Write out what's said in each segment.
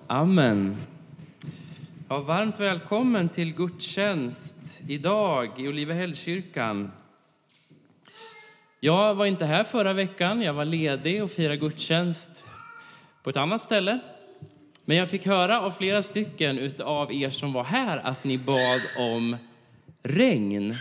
Amen. Ja, varmt välkommen till gudstjänst idag i Olivehällskyrkan. Jag var inte här förra veckan. Jag var ledig och firade gudstjänst på ett annat ställe. Men jag fick höra av flera stycken utav er som var här att ni bad om regn.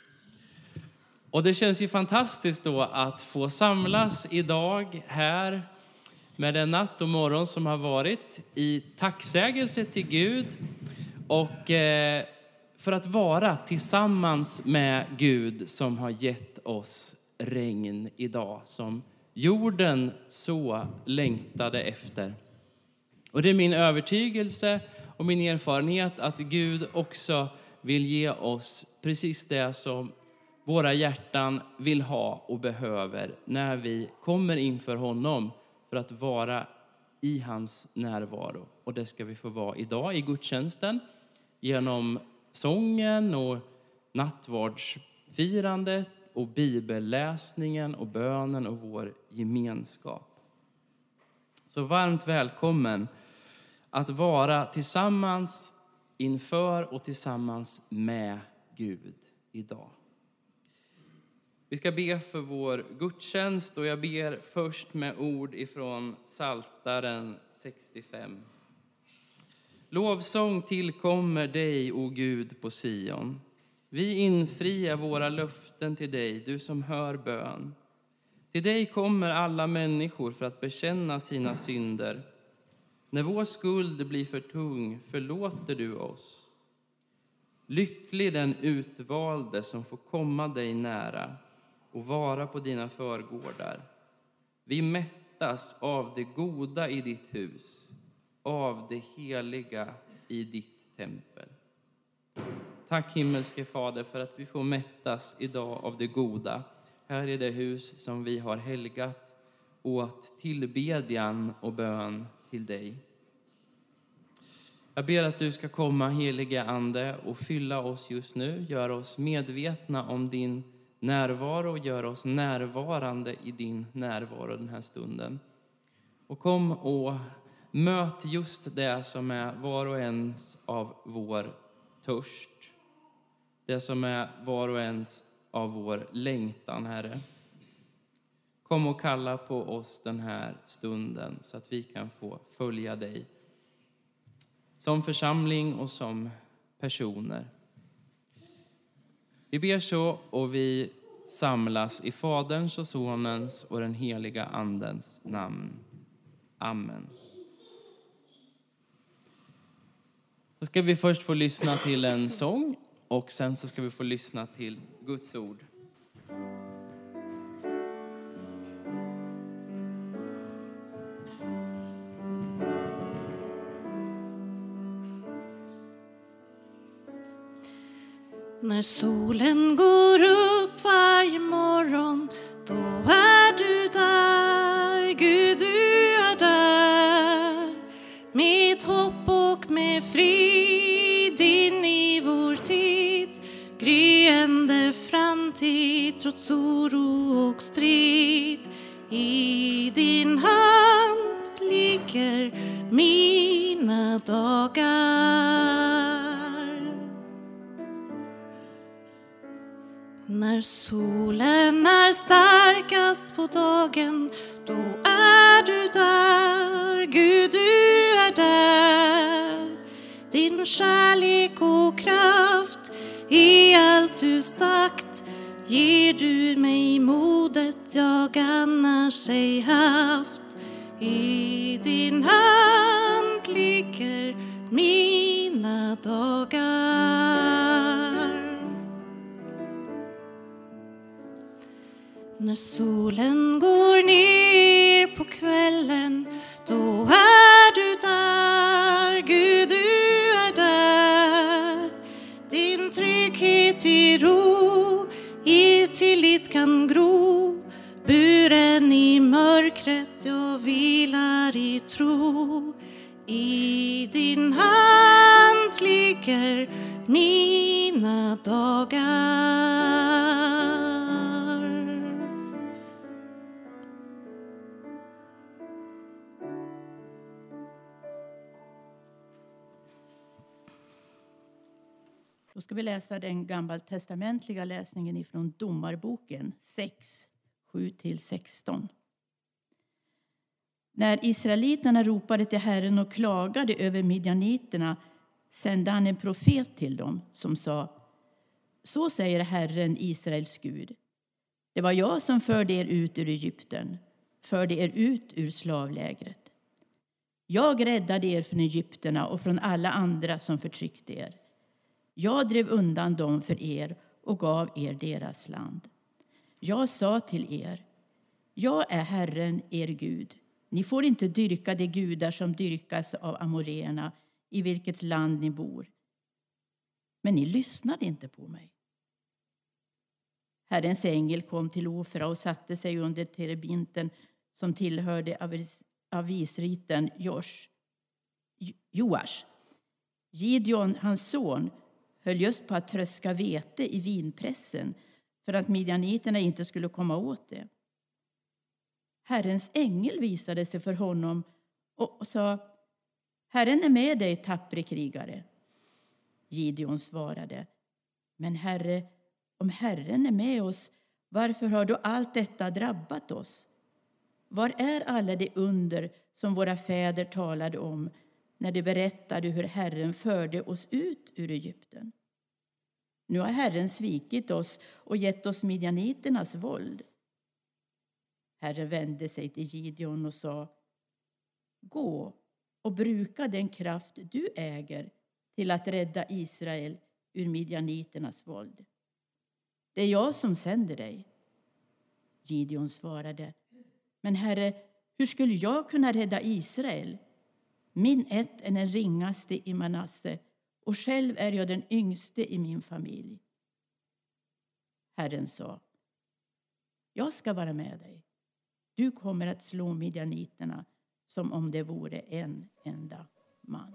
Och det känns ju fantastiskt då att få samlas idag här med den natt och morgon som har varit i tacksägelse till Gud och för att vara tillsammans med Gud som har gett oss regn idag som jorden så längtade efter. Och det är min övertygelse och min erfarenhet att Gud också vill ge oss precis det som våra hjärtan vill ha och behöver när vi kommer inför honom för att vara i hans närvaro. Och det ska vi få vara idag i gudstjänsten genom sången och nattvardsfirandet och bibelläsningen och bönen och vår gemenskap. Så varmt välkommen att vara tillsammans inför och tillsammans med Gud idag. Vi ska be för vår gudstjänst och jag ber först med ord ifrån Psaltaren 65. Lovsång tillkommer dig, o Gud, på Sion. Vi infriar våra löften till dig, du som hör bön. Till dig kommer alla människor för att bekänna sina synder. När vår skuld blir för tung förlåter du oss. Lycklig den utvalde som får komma dig nära och vara på dina förgårdar. Vi mättas av det goda i ditt hus, av det heliga i ditt tempel. Tack himmelske Fader för att vi får mättas idag av det goda. Här är det hus som vi har helgat åt tillbedjan och bön till dig. Jag ber att du ska komma, heliga ande, och fylla oss just nu. Gör oss medvetna om din närvaro och gör oss närvarande i din närvaro den här stunden. Och kom och möt just det som är var och ens av vår törst. Det som är var och ens av vår längtan, Herre. Kom och kalla på oss den här stunden så att vi kan få följa dig. Som församling och som personer. Vi ber så och vi samlas i Faderns och Sonens och den heliga Andens namn. Amen. Så ska vi först få lyssna till en sång och sen så ska vi få lyssna till Guds ord. När solen går upp varje morgon, då är du där, Gud, du är där. Med hopp och med frid in i vår tid, gryende framtid trots oro och strid. I din hand ligger mina dagar. När solen är starkast på dagen, då är du där, Gud, du är där. Din kärlek och kraft i allt du sagt, ger du mig modet jag annars ej haft. I din hand ligger mina dagar. När solen går ner på kvällen, då är du där, Gud, du är där. Din trygghet i ro, i tillit kan gro. Buren i mörkret, jag vilar i tro. I din hand ligger mina dagar. ska vi läsa den gammaltestamentliga läsningen ifrån Domarboken 6, 7-16. När israeliterna ropade till Herren och klagade över midjaniterna sände han en profet till dem som sa: Så säger Herren, Israels Gud. Det var jag som förde er ut ur Egypten, förde er ut ur slavlägret. Jag räddade er från egypterna och från alla andra som förtryckte er. Jag drev undan dem för er och gav er deras land. Jag sa till er: Jag är Herren, er Gud. Ni får inte dyrka de gudar som dyrkas av amoreerna i vilket land ni bor. Men ni lyssnade inte på mig. Herrens ängel kom till Ofra och satte sig under terebinten som tillhörde avisriten Joash. Gideon, hans son, höll just på att tröska vete i vinpressen för att midjaniterna inte skulle komma åt det. Herrens ängel visade sig för honom och sa: Herren är med dig, tappre krigare. Gideon svarade: Men Herre, om Herren är med oss, varför har då allt detta drabbat oss? Var är alla de under som våra fäder talade om när de berättade hur Herren förde oss ut ur Egypten? Nu har Herren svikit oss och gett oss midjaniternas våld. Herren vände sig till Gideon och sa: Gå och bruka den kraft du äger till att rädda Israel ur midjaniternas våld. Det är jag som sänder dig. Gideon svarade: Men Herre, hur skulle jag kunna rädda Israel? Min ett är den ringaste i Manasse och själv är jag den yngste i min familj. Herren sa: Jag ska vara med dig. Du kommer att slå midjaniterna som om det vore en enda man.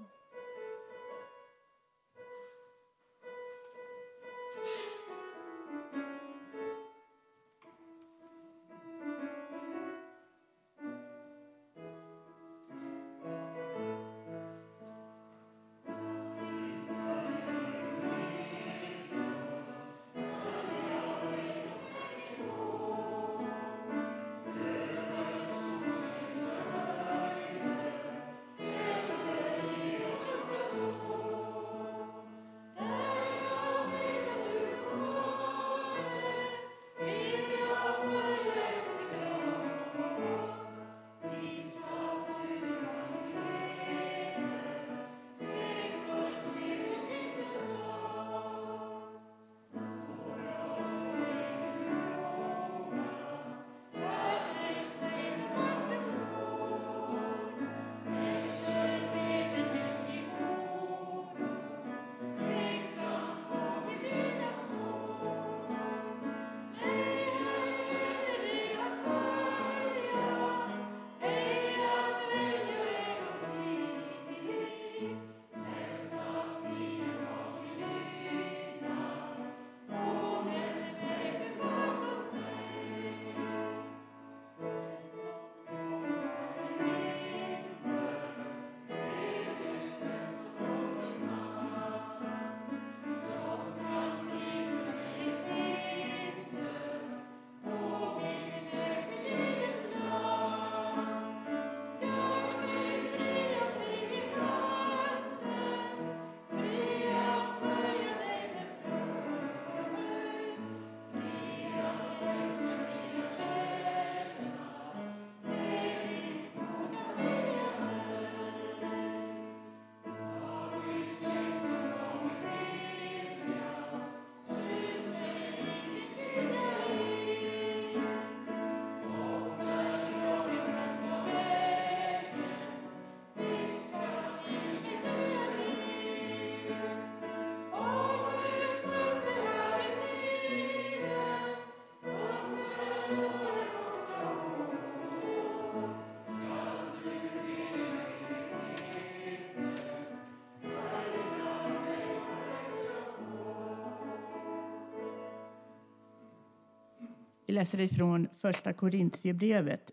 Vi läser ifrån första Korintierbrevet.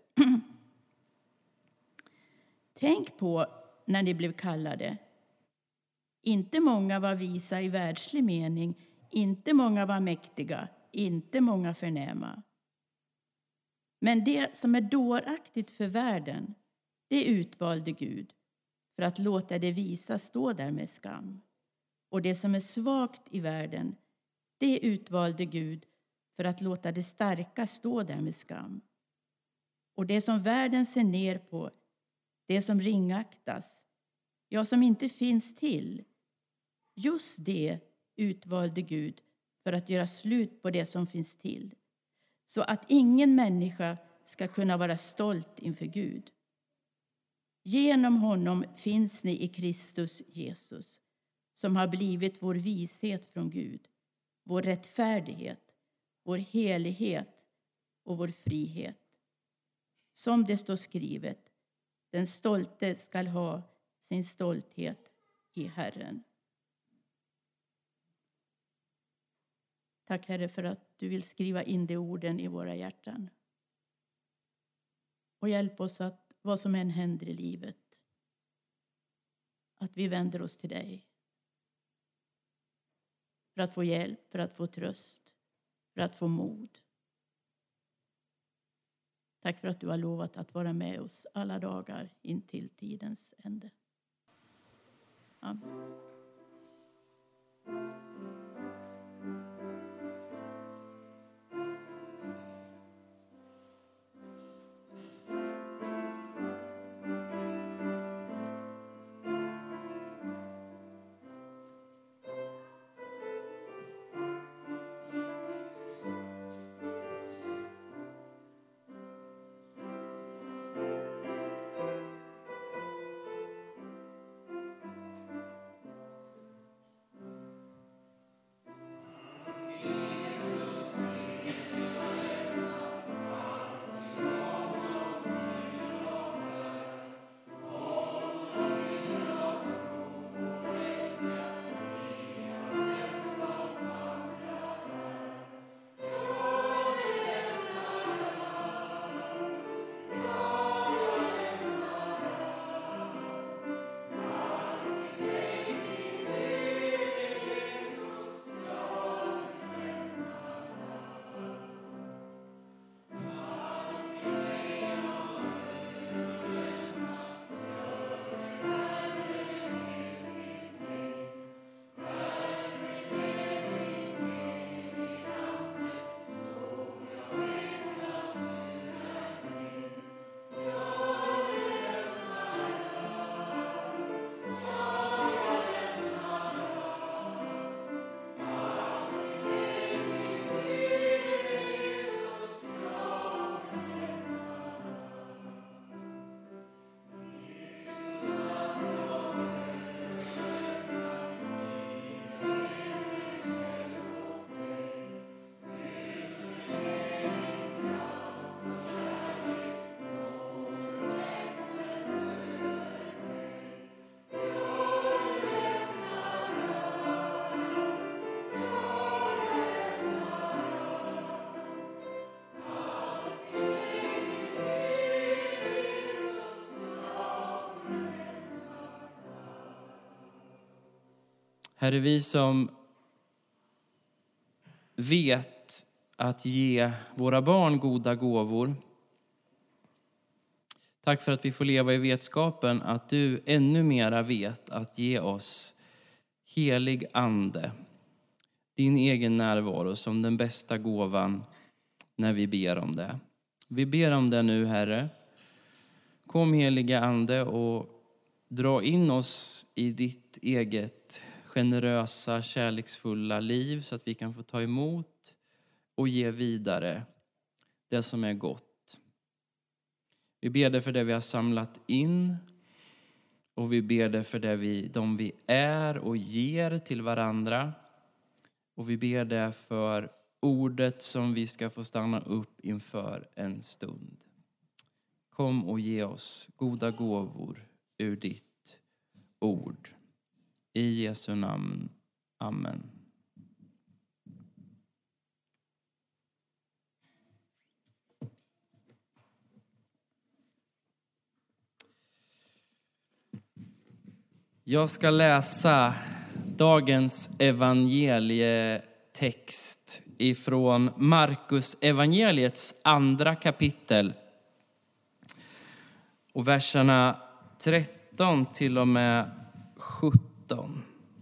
Tänk på när ni blev kallade. Inte många var visa i världslig mening, inte många var mäktiga, inte många förnäma. Men det som är dåraktigt för världen, det utvalde Gud för att låta det visa stå där med skam. Och det som är svagt i världen, det utvalde Gud för att låta det starka stå där med skam. Och det som världen ser ner på, det som ringaktas, ja, som inte finns till, just det utvalde Gud för att göra slut på det som finns till, så att ingen människa ska kunna vara stolt inför Gud. Genom honom finns ni i Kristus Jesus, som har blivit vår vishet från Gud, vår rättfärdighet, vår helighet och vår frihet. Som det står skrivet, den stolte skall ha sin stolthet i Herren. Tack Herre för att du vill skriva in de orden i våra hjärtan. Och hjälp oss att vad som än händer i livet, att vi vänder oss till dig. För att få hjälp, för att få tröst, för att få mod. Tack för att du har lovat att vara med oss alla dagar in till tidens ände. Amen. Herre, vi som vet att ge våra barn goda gåvor. Tack för att vi får leva i vetskapen att du ännu mera vet att ge oss helig ande. Din egen närvaro som den bästa gåvan när vi ber om det. Vi ber om det nu, Herre. Kom heliga ande och dra in oss i ditt eget generösa, kärleksfulla liv så att vi kan få ta emot och ge vidare det som är gott. Vi ber dig för det vi har samlat in och vi ber dig för det vi är och ger till varandra. Och vi ber dig för ordet som vi ska få stanna upp inför en stund. Kom och ge oss goda gåvor ur ditt ord. I Jesu namn. Amen. Jag ska läsa dagens evangelietext ifrån Markus evangeliets 2 kapitel och verserna 13 till och med 17.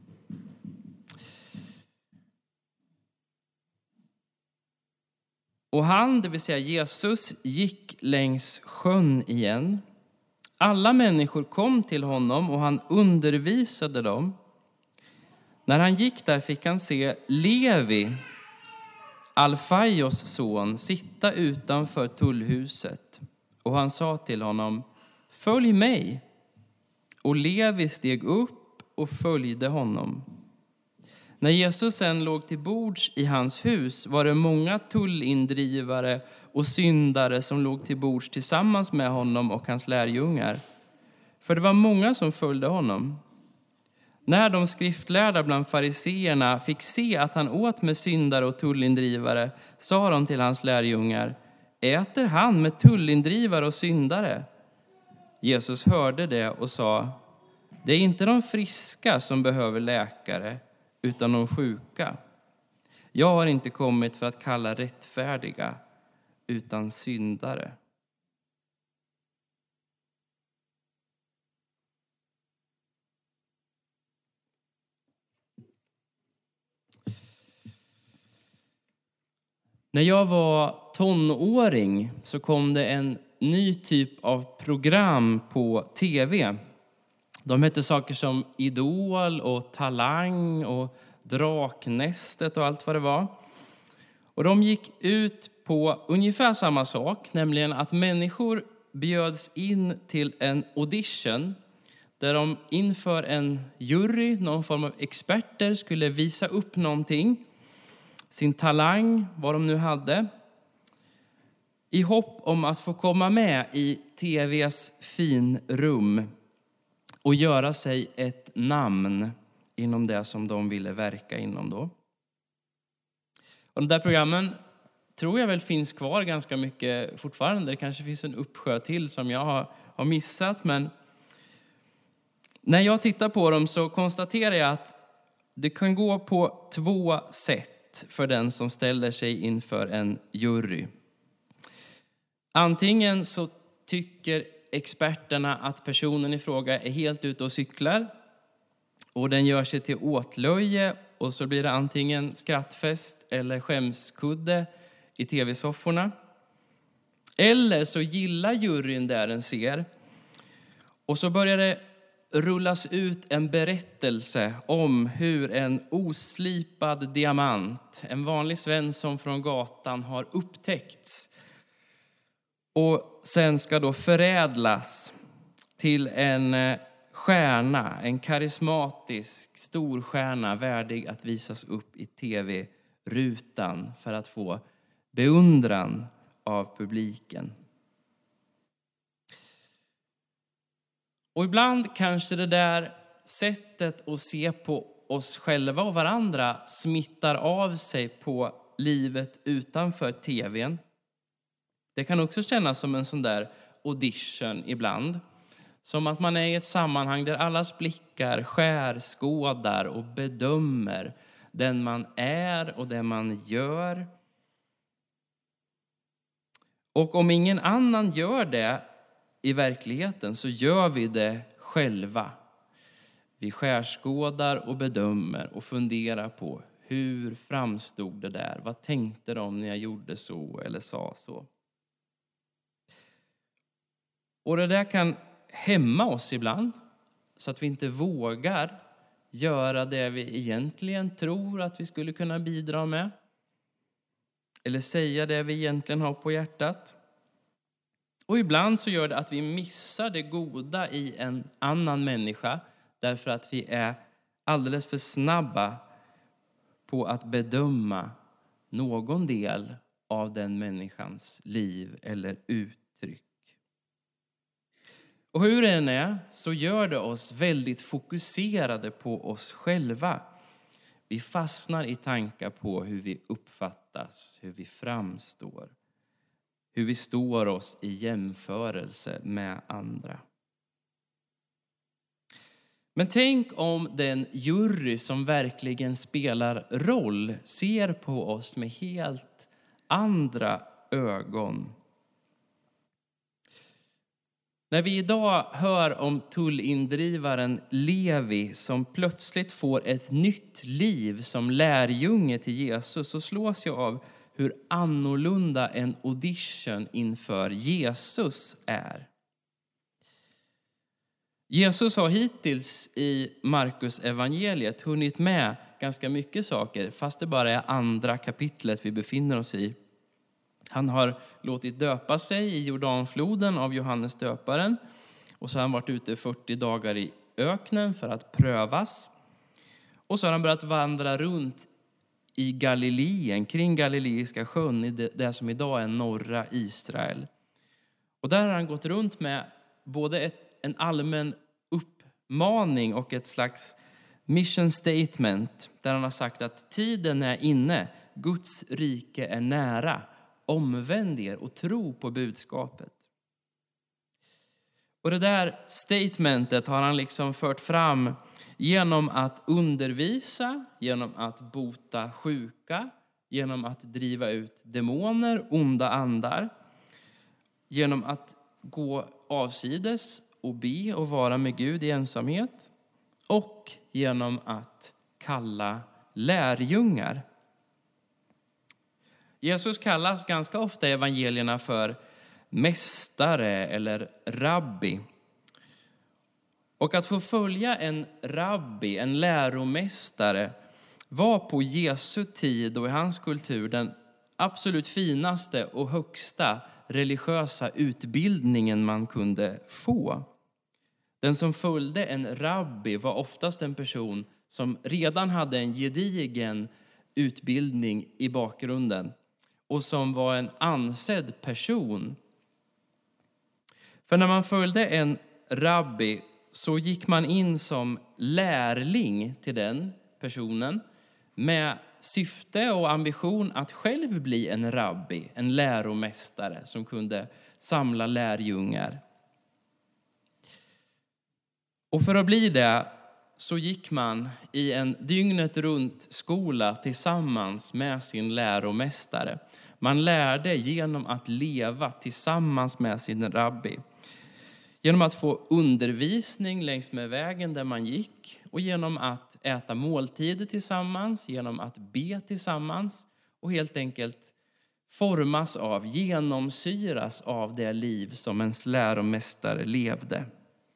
Och han, det vill säga Jesus, gick längs sjön igen. Alla människor kom till honom och han undervisade dem. När han gick där fick han se Levi, Alfaios son, sitta utanför tullhuset. Och han sa till honom: följ mig. Och Levi steg upp och följde honom. När Jesus sen låg till bords i hans hus var det många tullindrivare och syndare som låg till bords tillsammans med honom och hans lärjungar. För det var många som följde honom. När de skriftlärda bland fariseerna fick se att han åt med syndare och tullindrivare, sa de till hans lärjungar: äter han med tullindrivare och syndare? Jesus hörde det och sa: det är inte de friska som behöver läkare, utan de sjuka. Jag har inte kommit för att kalla rättfärdiga, utan syndare. När jag var tonåring så kom det en ny typ av program på tv. De hette saker som Idol och Talang och Draknästet och allt vad det var. Och de gick ut på ungefär samma sak, nämligen att människor bjöds in till en audition där de inför en jury, någon form av experter, skulle visa upp någonting, sin talang, vad de nu hade, i hopp om att få komma med i tvs finrum och göra sig ett namn inom det som de ville verka inom då. Och de där programmen tror jag väl finns kvar ganska mycket fortfarande. Det kanske finns en uppsjö till som jag har missat. Men när jag tittar på dem så konstaterar jag att det kan gå på 2 sätt för den som ställer sig inför en jury. Antingen så tycker experterna att personen i fråga är helt ute och cyklar och den gör sig till åtlöje, och så blir det antingen skrattfest eller skämskudde i tv-sofforna. Eller så gillar juryn där den ser, och så börjar det rullas ut en berättelse om hur en oslipad diamant, en vanlig Svensson från gatan, har upptäckts och sen ska då förädlas till en stjärna, en karismatisk storstjärna värdig att visas upp i tv-rutan för att få beundran av publiken. Och ibland kanske det där sättet att se på oss själva och varandra smittar av sig på livet utanför tvn. Det kan också kännas som en sån där audition ibland. Som att man är i ett sammanhang där allas blickar skärskådar och bedömer den man är och det man gör. Och om ingen annan gör det i verkligheten så gör vi det själva. Vi skärskådar och bedömer och funderar på: hur framstod det där? Vad tänkte de när jag gjorde så eller sa så? Och det där kan hämma oss ibland så att vi inte vågar göra det vi egentligen tror att vi skulle kunna bidra med. Eller säga det vi egentligen har på hjärtat. Och ibland så gör det att vi missar det goda i en annan människa därför att vi är alldeles för snabba på att bedöma någon del av den människans liv eller uttryck. Och hur det än är så gör det oss väldigt fokuserade på oss själva. Vi fastnar i tankar på hur vi uppfattas, hur vi framstår, hur vi står oss i jämförelse med andra. Men tänk om den jury som verkligen spelar roll ser på oss med helt andra ögon. När vi idag hör om tullindrivaren Levi som plötsligt får ett nytt liv som lärjunge till Jesus, så slås jag av hur annorlunda en audition inför Jesus är. Jesus har hittills i Markus evangeliet hunnit med ganska mycket saker, fast det bara är andra kapitlet vi befinner oss i. Han har låtit döpa sig i Jordanfloden av Johannes döparen. Och så har han varit ute 40 dagar i öknen för att prövas. Och så har han börjat vandra runt i Galileen, kring Galileiska sjön, i det som idag är norra Israel. Och där har han gått runt med både en allmän uppmaning och ett slags mission statement. Där han har sagt att tiden är inne, Guds rike är nära. Omvänd er och tro på budskapet. Och det där statementet har han liksom fört fram genom att undervisa, genom att bota sjuka, genom att driva ut demoner, onda andar, genom att gå avsides och be och vara med Gud i ensamhet, och genom att kalla lärjungar. Jesus kallas ganska ofta i evangelierna för mästare eller rabbi. Och att få följa en rabbi, en läromästare, var på Jesu tid och i hans kultur den absolut finaste och högsta religiösa utbildningen man kunde få. Den som följde en rabbi var oftast en person som redan hade en gedigen utbildning i bakgrunden och som var en ansedd person. För när man följde en rabbi så gick man in som lärling till den personen med syfte och ambition att själv bli en rabbi, en läromästare som kunde samla lärjungar. Och för att bli det så gick man i en dygnet runt skola tillsammans med sin läromästare. Man lärde genom att leva tillsammans med sin rabbi. Genom att få undervisning längs med vägen där man gick och genom att äta måltider tillsammans, genom att be tillsammans och helt enkelt formas av, genomsyras av det liv som ens läromästare levde.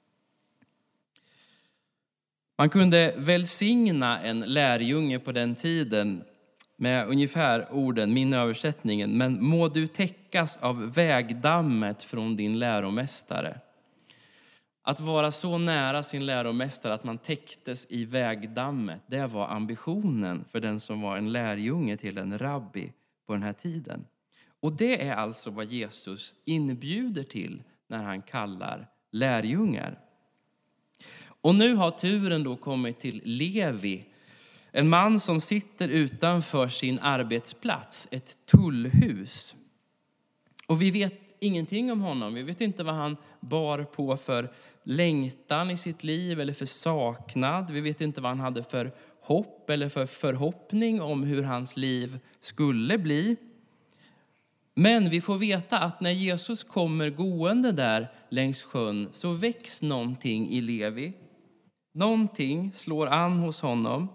Man kunde välsigna en lärjunge på den tiden med ungefär orden, min översättningen, men må du täckas av vägdammet från din läromästare. Att vara så nära sin läromästare att man täcktes i vägdammet, det var ambitionen för den som var en lärjunge till en rabbi på den här tiden. Och det är alltså vad Jesus inbjuder till när han kallar lärjungar. Och nu har turen då kommit till Levi, en man som sitter utanför sin arbetsplats, ett tullhus. Och vi vet ingenting om honom. Vi vet inte vad han bar på för längtan i sitt liv eller för saknad. Vi vet inte vad han hade för hopp eller för förhoppning om hur hans liv skulle bli. Men vi får veta att när Jesus kommer gående där längs sjön så väcks någonting i Levi. Någonting slår an hos honom.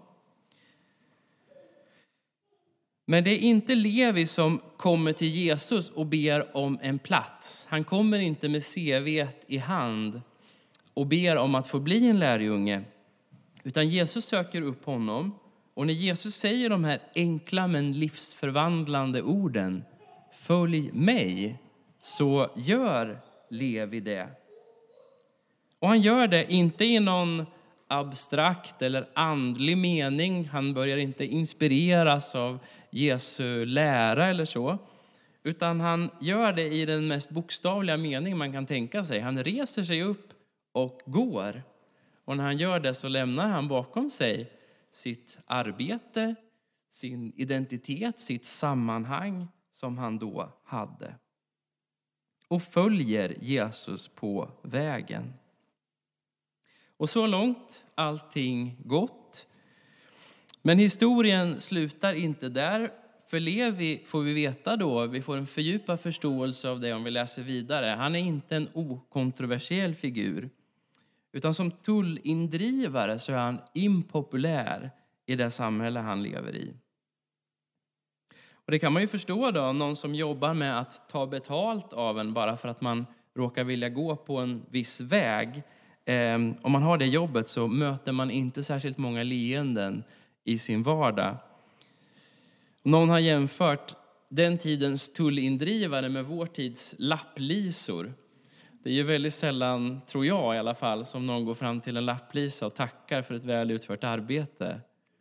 Men det är inte Levi som kommer till Jesus och ber om en plats. Han kommer inte med CV:t i hand och ber om att få bli en lärjunge. Utan Jesus söker upp honom. Och när Jesus säger de här enkla men livsförvandlande orden, följ mig, så gör Levi det. Och han gör det inte i någon abstrakt eller andlig mening. Han börjar inte inspireras av Jesu lära eller så. Utan han gör det i den mest bokstavliga mening man kan tänka sig. Han reser sig upp och går. Och när han gör det så lämnar han bakom sig sitt arbete, sin identitet, sitt sammanhang som han då hade. Och följer Jesus på vägen. Och så långt allting gott. Men historien slutar inte där. För Levi får vi veta då, vi får en fördjupad förståelse av det om vi läser vidare. Han är inte en okontroversiell figur. Utan som tullindrivare så är han impopulär i det samhälle han lever i. Och det kan man ju förstå då, någon som jobbar med att ta betalt av en bara för att man råkar vilja gå på en viss väg. Om man har det jobbet så möter man inte särskilt många leenden i sin vardag. Någon har jämfört den tidens tullindrivare med vår tids lapplisor. Det är ju väldigt sällan, tror jag i alla fall, som någon går fram till en lapplisa och tackar för ett väl utfört arbete.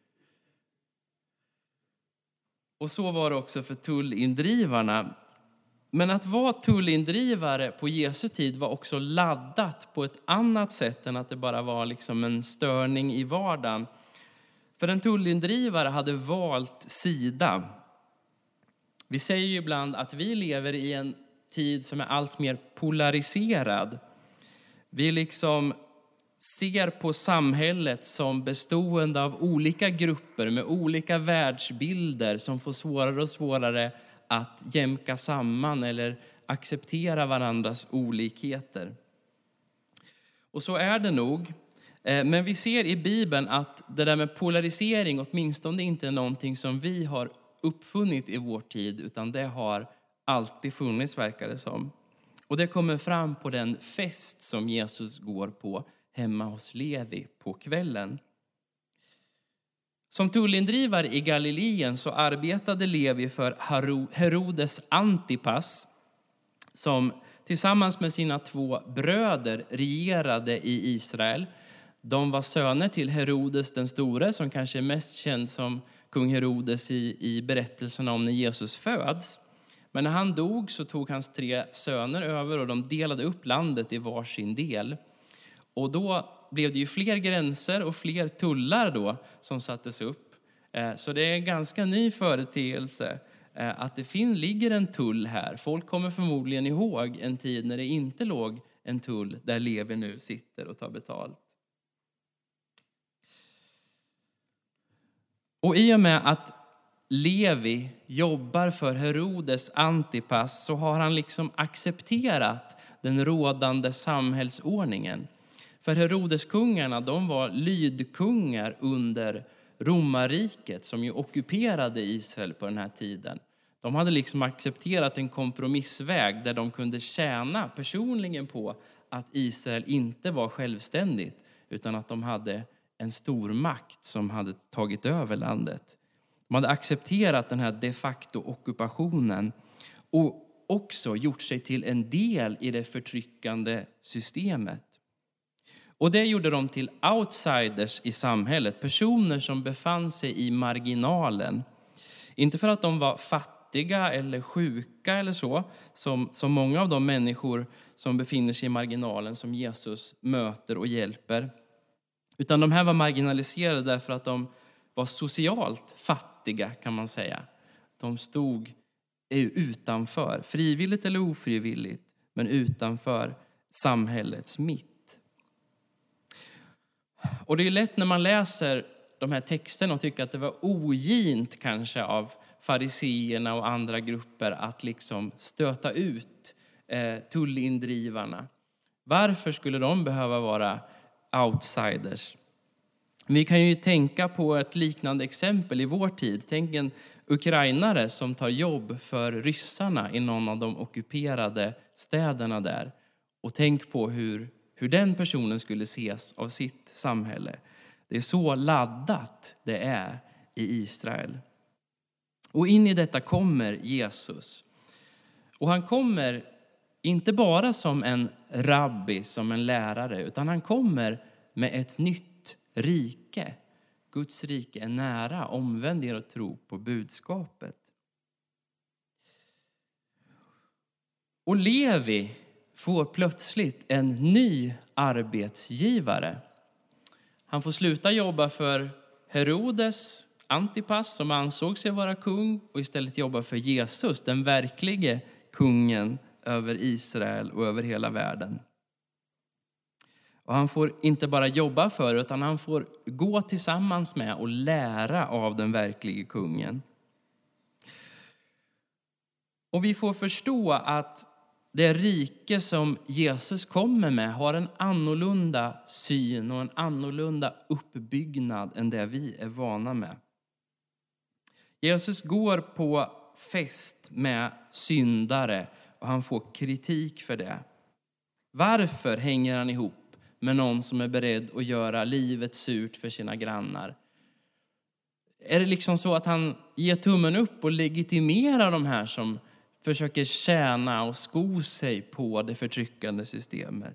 Och så var det också för tullindrivarna. Men att vara tullindrivare på Jesu tid var också laddat på ett annat sätt än att det bara var liksom en störning i vardagen. För en tullindrivare hade valt sida. Vi säger ju ibland att vi lever i en tid som är allt mer polariserad. Vi liksom ser på samhället som bestående av olika grupper med olika världsbilder som får svårare och svårare att jämka samman eller acceptera varandras olikheter. Och så är det nog. Men vi ser i Bibeln att det där med polarisering åtminstone inte är någonting som vi har uppfunnit i vår tid, utan det har alltid funnits, verkar det som. Och det kommer fram på den fest som Jesus går på hemma hos Levi på kvällen. Som tullindrivare i Galileen så arbetade Levi för Herodes Antipas, som tillsammans med sina 2 bröder regerade i Israel. De var söner till Herodes den store, som kanske är mest känd som kung Herodes i berättelserna om när Jesus föds. Men när han dog så tog hans 3 söner över och de delade upp landet i varsin del. Och då blev det ju fler gränser och fler tullar då som sattes upp. Så det är en ganska ny företeelse att det ligger en tull här. Folk kommer förmodligen ihåg en tid när det inte låg en tull där Levi nu sitter och tar betalt. Och i och med att Levi jobbar för Herodes Antipas så har han liksom accepterat den rådande samhällsordningen. För Herodeskungarna, de var lydkungar under romarriket som ju ockuperade Israel på den här tiden. De hade liksom accepterat en kompromissväg där de kunde tjäna personligen på att Israel inte var självständigt utan att de hade en stor makt som hade tagit över landet. De hade accepterat den här de facto ockupationen och också gjort sig till en del i det förtryckande systemet. Och det gjorde de till outsiders i samhället, personer som befann sig i marginalen. Inte för att de var fattiga eller sjuka eller så, som många av de människor som befinner sig i marginalen som Jesus möter och hjälper. Utan de här var marginaliserade därför att de var socialt fattiga, kan man säga. De stod utanför, frivilligt eller ofrivilligt, men utanför samhällets mitt. Och det är lätt när man läser de här texterna och tycker att det var ogint kanske av fariseerna och andra grupper att liksom stöta ut tullindrivarna. Varför skulle de behöva vara outsiders? Vi kan ju tänka på ett liknande exempel i vår tid. Tänk en ukrainare som tar jobb för ryssarna i någon av de ockuperade städerna där. Och tänk på hur den personen skulle ses av sitt samhälle. Det är så laddat det är i Israel. Och in i detta kommer Jesus. Och han kommer inte bara som en rabbi, som en lärare, utan han kommer med ett nytt rike. Guds rike är nära, omvänd er och tro på budskapet. Och Levi får plötsligt en ny arbetsgivare. Han får sluta jobba för Herodes Antipas som ansåg sig vara kung och istället jobba för Jesus, den verklige kungen över Israel och över hela världen. Och han får inte bara jobba för, utan han får gå tillsammans med och lära av den verkliga kungen. Och vi får förstå att det rike som Jesus kommer med har en annorlunda syn och en annorlunda uppbyggnad än det vi är vana med. Jesus går på fest med syndare och han får kritik för det. Varför hänger han ihop med någon som är beredd att göra livet surt för sina grannar? Är det liksom så att han ger tummen upp och legitimerar de här som försöker tjäna och sko sig på det förtryckande systemet?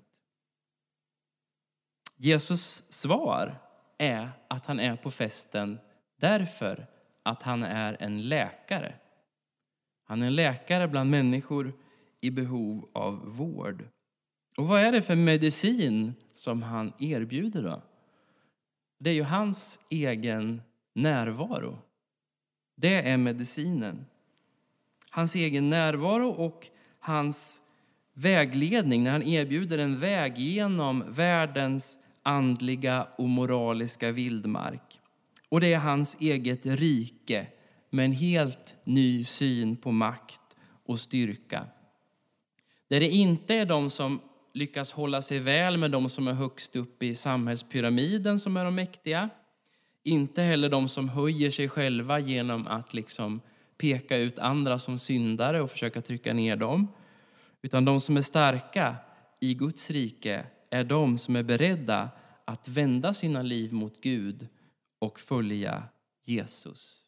Jesus svar är att han är på festen därför att han är en läkare. Han är en läkare bland människor i behov av vård. Och vad är det för medicin som han erbjuder då? Det är ju hans egen närvaro. Det är medicinen. Hans egen närvaro och hans vägledning när han erbjuder en väg genom världens andliga och moraliska vildmark. Och det är hans eget rike med en helt ny syn på makt och styrka. Där det inte är de som lyckas hålla sig väl med de som är högst upp i samhällspyramiden som är de mäktiga. Inte heller de som höjer sig själva genom att liksom peka ut andra som syndare och försöka trycka ner dem. Utan de som är starka i Guds rike är de som är beredda att vända sina liv mot Gud och följa Jesus.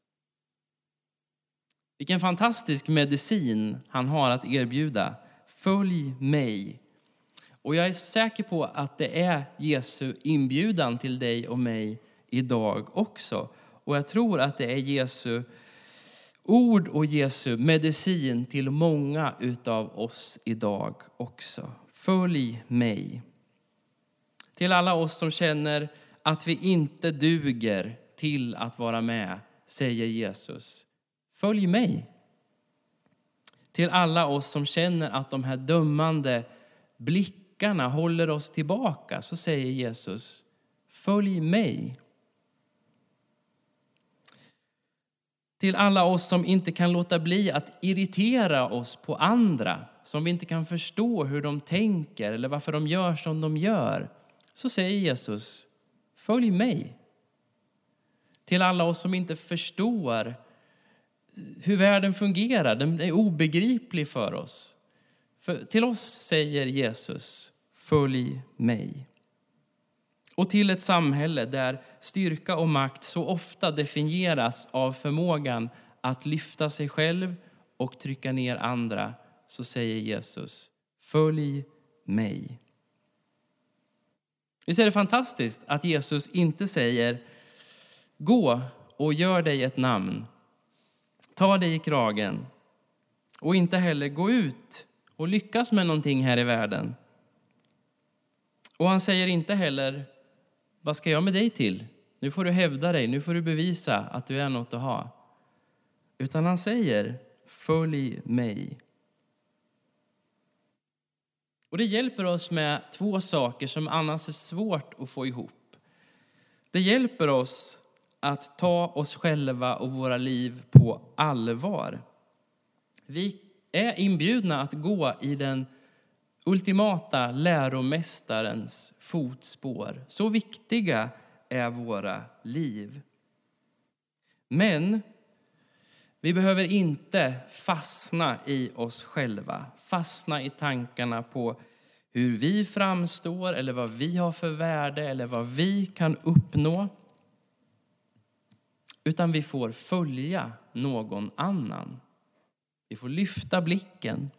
Vilken fantastisk medicin han har att erbjuda. Följ mig. Och jag är säker på att det är Jesu inbjudan till dig och mig idag också. Och jag tror att det är Jesu ord och Jesu medicin till många utav oss idag också. Följ mig. Till alla oss som känner att vi inte duger till att vara med, säger Jesus. Följ mig. Till alla oss som känner att de här dömande blickarna håller oss tillbaka, så säger Jesus, följ mig. Till alla oss som inte kan låta bli att irritera oss på andra, som vi inte kan förstå hur de tänker eller varför de gör som de gör, så säger Jesus, följ mig. Till alla oss som inte förstår hur världen fungerar, den är obegriplig för oss. Till oss säger Jesus, följ mig. Och till ett samhälle där styrka och makt så ofta definieras av förmågan att lyfta sig själv och trycka ner andra, så säger Jesus, följ mig. Visst är det fantastiskt att Jesus inte säger, gå och gör dig ett namn, ta dig i kragen, och inte heller gå ut och lyckas med någonting här i världen. Och han säger inte heller, vad ska jag med dig till? Nu får du hävda dig, nu får du bevisa att du är något att ha. Utan han säger, följ mig. Och det hjälper oss med två saker som annars är svårt att få ihop. Det hjälper oss att ta oss själva och våra liv på allvar. Vi är inbjudna att gå i den ultimata läromästarens fotspår. Så viktiga är våra liv. Men vi behöver inte fastna i oss själva. Fastna i tankarna på hur vi framstår eller vad vi har för värde eller vad vi kan uppnå. Utan vi får följa någon annan. Vi får lyfta blicken.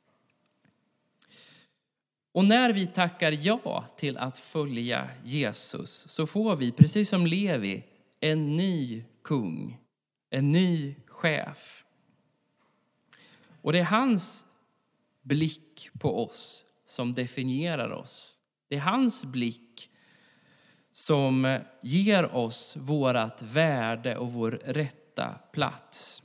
Och när vi tackar ja till att följa Jesus, så får vi, precis som Levi, en ny kung, en ny chef. Och det är hans blick på oss som definierar oss. Det är hans blick som ger oss vårat värde och vår rätta plats.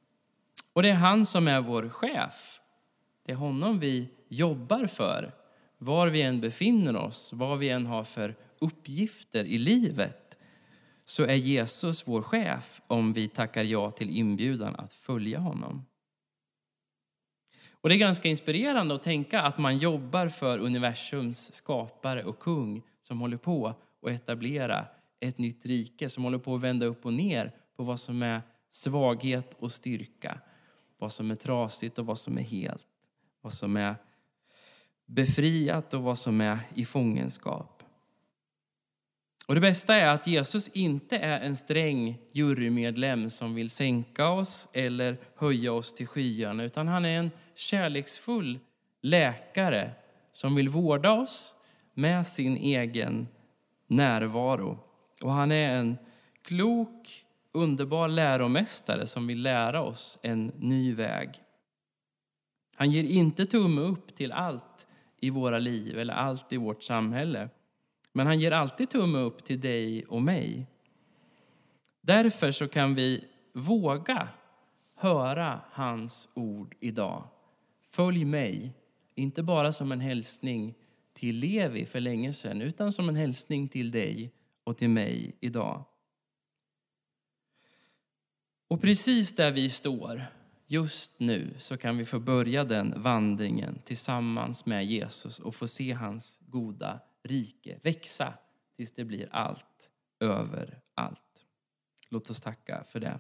Och det är han som är vår chef. Det är honom vi jobbar för. var vi än befinner oss, vad vi än har för uppgifter i livet, så är Jesus vår chef om vi tackar ja till inbjudan att följa honom. Och det är ganska inspirerande att tänka att man jobbar för universums skapare och kung som håller på att etablera ett nytt rike, som håller på att vända upp och ner på vad som är svaghet och styrka, vad som är trasigt och vad som är helt, vad som är befriat och vad som är i fångenskap. Och det bästa är att Jesus inte är en sträng jurymedlem som vill sänka oss eller höja oss till skyarna, utan han är en kärleksfull läkare som vill vårda oss med sin egen närvaro. Och han är en klok, underbar läromästare som vill lära oss en ny väg. Han ger inte tumme upp till allt i våra liv eller allt i vårt samhälle. Men han ger alltid tumme upp till dig och mig. Därför så kan vi våga höra hans ord idag. Följ mig, inte bara som en hälsning till Levi för länge sedan, utan som en hälsning till dig och till mig idag. Och precis där vi står just nu så kan vi få börja den vandringen tillsammans med Jesus och få se hans goda rike växa tills det blir allt över allt. Låt oss tacka för det.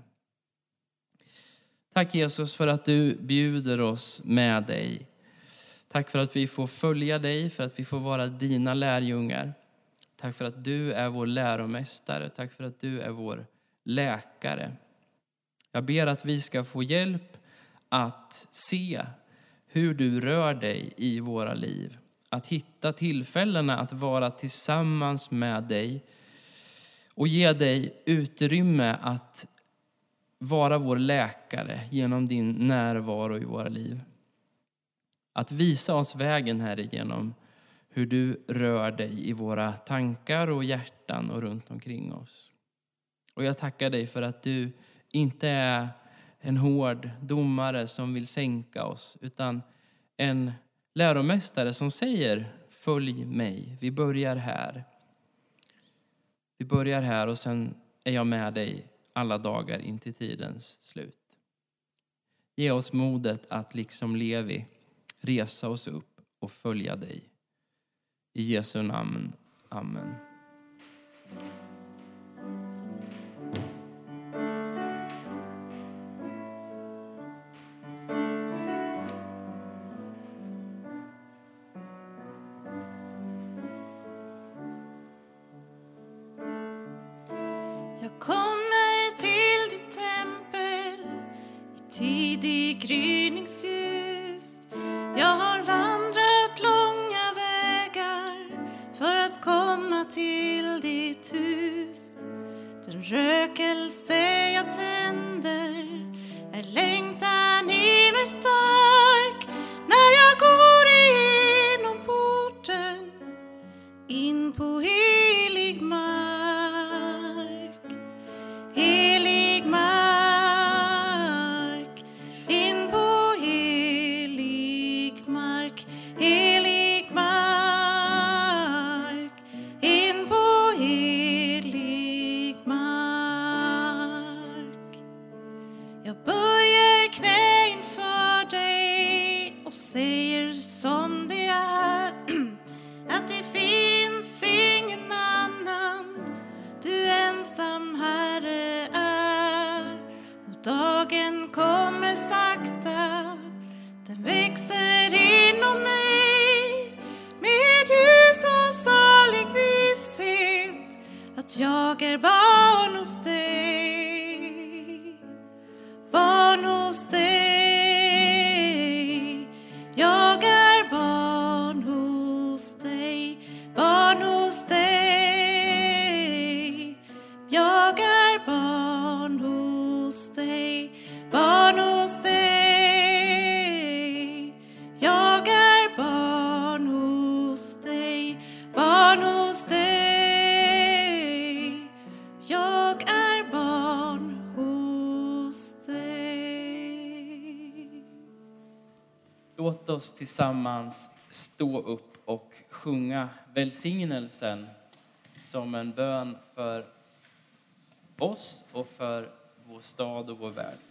Tack Jesus för att du bjuder oss med dig. Tack för att vi får följa dig, för att vi får vara dina lärjungar. Tack för att du är vår läromästare. Tack för att du är vår läkare. Jag ber att vi ska få hjälp att se hur du rör dig i våra liv. Att hitta tillfällena att vara tillsammans med dig och ge dig utrymme att vara vår läkare genom din närvaro i våra liv. Att visa oss vägen här genom hur du rör dig i våra tankar och hjärtan och runt omkring oss. Och jag tackar dig för att du inte är en hård domare som vill sänka oss, utan en läromästare som säger följ mig. Vi börjar här. Vi börjar här och sen är jag med dig alla dagar in till tidens slut. Ge oss modet att liksom Levi resa oss upp och följa dig. I Jesu namn. Amen. Jag kommer till ditt tempel i tidig gryningsljus. Jag har vandrat långa vägar för att komma till ditt hus. Den rökelse jag tänder är längtan i mig stark. När jag går igenom porten in på helig mark. Helig mark, in på helig mark. Helig mark, in på helig mark. Jag böjer knä inför dig och säger som det är, att det finns ingen annan, du ensam Herre är. Och dagen kommer sakta, den växer inom mig med ljus och salig visshet att jag är barn hos dig. Barn hos dig. Jag är barn hos dig. Barn hos dig. Jag är barn hos dig. Barn hos dig. Jag är barn hos dig. Barn hos dig. Jag är barn hos dig. Låt oss tillsammans stå upp och sjunga välsignelsen som en bön för oss och för vår stad och vår värld.